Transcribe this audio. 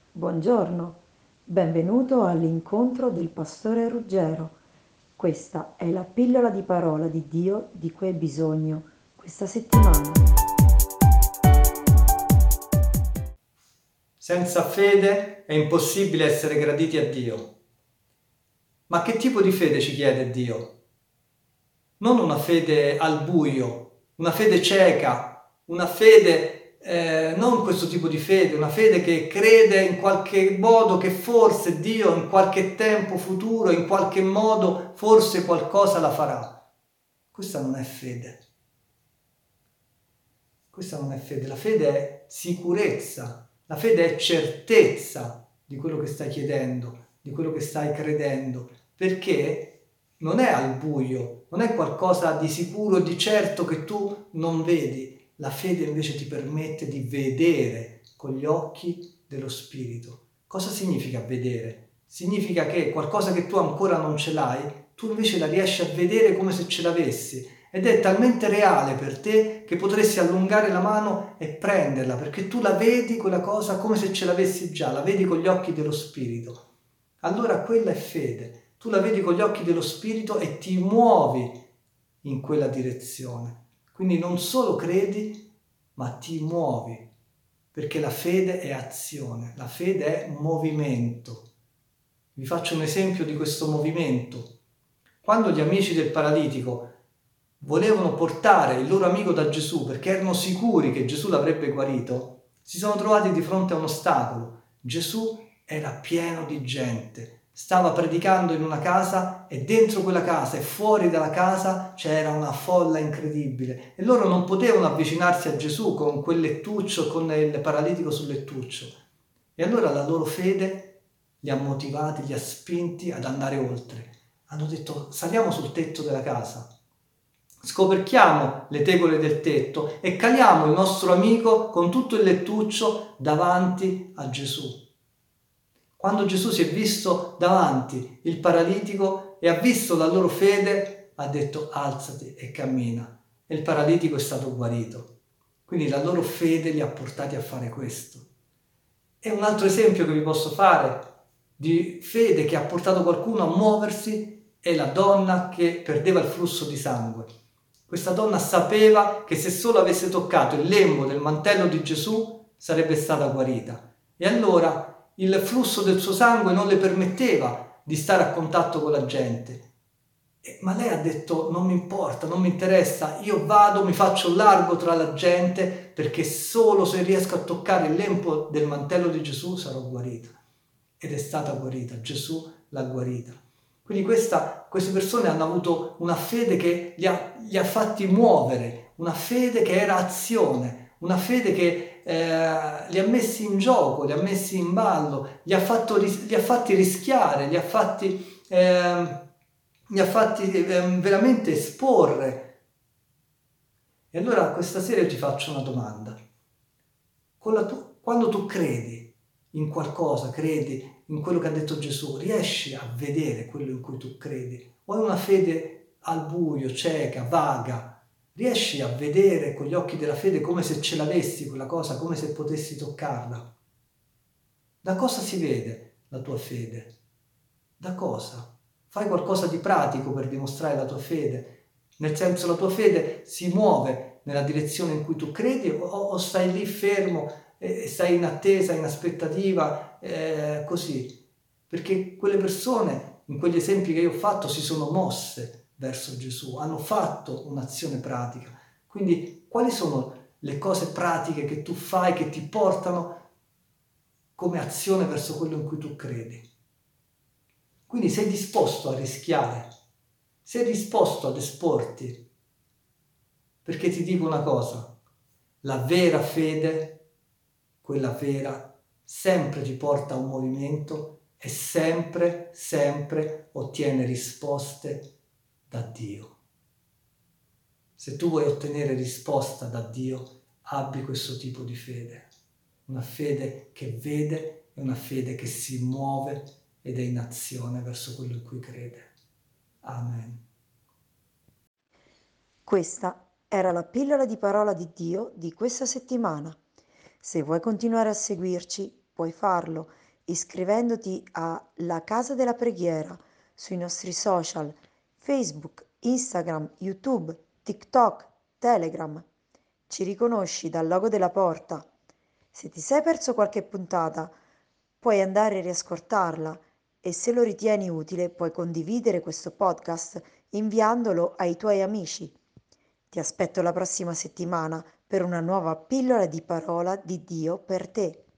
Buongiorno, benvenuto all'incontro del pastore Ruggero. Questa è la pillola di parola di Dio di cui hai bisogno questa settimana. Senza fede è impossibile essere graditi a Dio. Ma che tipo di fede ci chiede Dio? Non una fede al buio, una fede cieca, una fede, non questo tipo di fede, una fede che crede in qualche modo che forse Dio in qualche tempo futuro, in qualche modo, forse qualcosa la farà. Questa non è fede. Questa non è fede. La fede è sicurezza, la fede è certezza di quello che stai chiedendo, di quello che stai credendo, perché non è al buio, non è qualcosa di sicuro e di certo che tu non vedi. La fede invece ti permette di vedere con gli occhi dello Spirito. Cosa significa vedere? Significa che qualcosa che tu ancora non ce l'hai, tu invece la riesci a vedere come se ce l'avessi ed è talmente reale per te che potresti allungare la mano e prenderla, perché tu la vedi quella cosa come se ce l'avessi già, la vedi con gli occhi dello Spirito. Allora quella è fede, tu la vedi con gli occhi dello Spirito e ti muovi in quella direzione. Quindi non solo credi, ma ti muovi, perché la fede è azione, la fede è movimento. Vi faccio un esempio di questo movimento. Quando gli amici del paralitico volevano portare il loro amico da Gesù perché erano sicuri che Gesù l'avrebbe guarito, si sono trovati di fronte a un ostacolo. Gesù era pieno di gente, stava predicando in una casa e dentro quella casa e fuori dalla casa c'era una folla incredibile e loro non potevano avvicinarsi a Gesù con quel lettuccio, con il paralitico sul lettuccio. E allora la loro fede li ha motivati, li ha spinti ad andare oltre. Hanno detto: saliamo sul tetto della casa, scoperchiamo le tegole del tetto e caliamo il nostro amico con tutto il lettuccio davanti a Gesù. Quando Gesù si è visto davanti il paralitico e ha visto la loro fede, ha detto: alzati e cammina. E il paralitico è stato guarito. Quindi la loro fede li ha portati a fare questo. E un altro esempio che vi posso fare di fede che ha portato qualcuno a muoversi è la donna che perdeva il flusso di sangue. Questa donna sapeva che se solo avesse toccato il lembo del mantello di Gesù sarebbe stata guarita. E allora il flusso del suo sangue non le permetteva di stare a contatto con la gente. Ma lei ha detto: non mi importa, non mi interessa, io vado, mi faccio largo tra la gente perché solo se riesco a toccare il lembo del mantello di Gesù sarò guarita. Ed è stata guarita, Gesù l'ha guarita. Quindi queste persone hanno avuto una fede che li ha fatti muovere, una fede che era azione, una fede che li ha messi in gioco, li ha messi in ballo, li ha fatti rischiare, li ha fatti veramente esporre. E allora questa sera ti faccio una domanda. Quando tu credi in qualcosa, credi in quello che ha detto Gesù, riesci a vedere quello in cui tu credi? O è una fede al buio, cieca, vaga? Riesci a vedere con gli occhi della fede come se ce l'avessi quella cosa, come se potessi toccarla? Da cosa si vede la tua fede? Da cosa? Fai qualcosa di pratico per dimostrare la tua fede? Nel senso, la tua fede si muove nella direzione in cui tu credi o stai lì fermo e stai in attesa, in aspettativa, così? Perché quelle persone, in quegli esempi che io ho fatto, si sono mosse verso Gesù, hanno fatto un'azione pratica. Quindi, quali sono le cose pratiche che tu fai che ti portano come azione verso quello in cui tu credi? Quindi sei disposto a rischiare, sei disposto ad esporti, perché ti dico una cosa, la vera fede, quella vera, sempre ti porta a un movimento e sempre, sempre ottiene risposte da Dio. Se tu vuoi ottenere risposta da Dio, abbi questo tipo di fede, una fede che vede e una fede che si muove ed è in azione verso quello in cui crede. Amen. Questa era la pillola di parola di Dio di questa settimana. Se vuoi continuare a seguirci, puoi farlo iscrivendoti a La Casa della Preghiera sui nostri social Facebook, Instagram, YouTube, TikTok, Telegram. Ci riconosci dal logo della porta. Se ti sei perso qualche puntata, puoi andare a riascoltarla e se lo ritieni utile puoi condividere questo podcast inviandolo ai tuoi amici. Ti aspetto la prossima settimana per una nuova pillola di parola di Dio per te.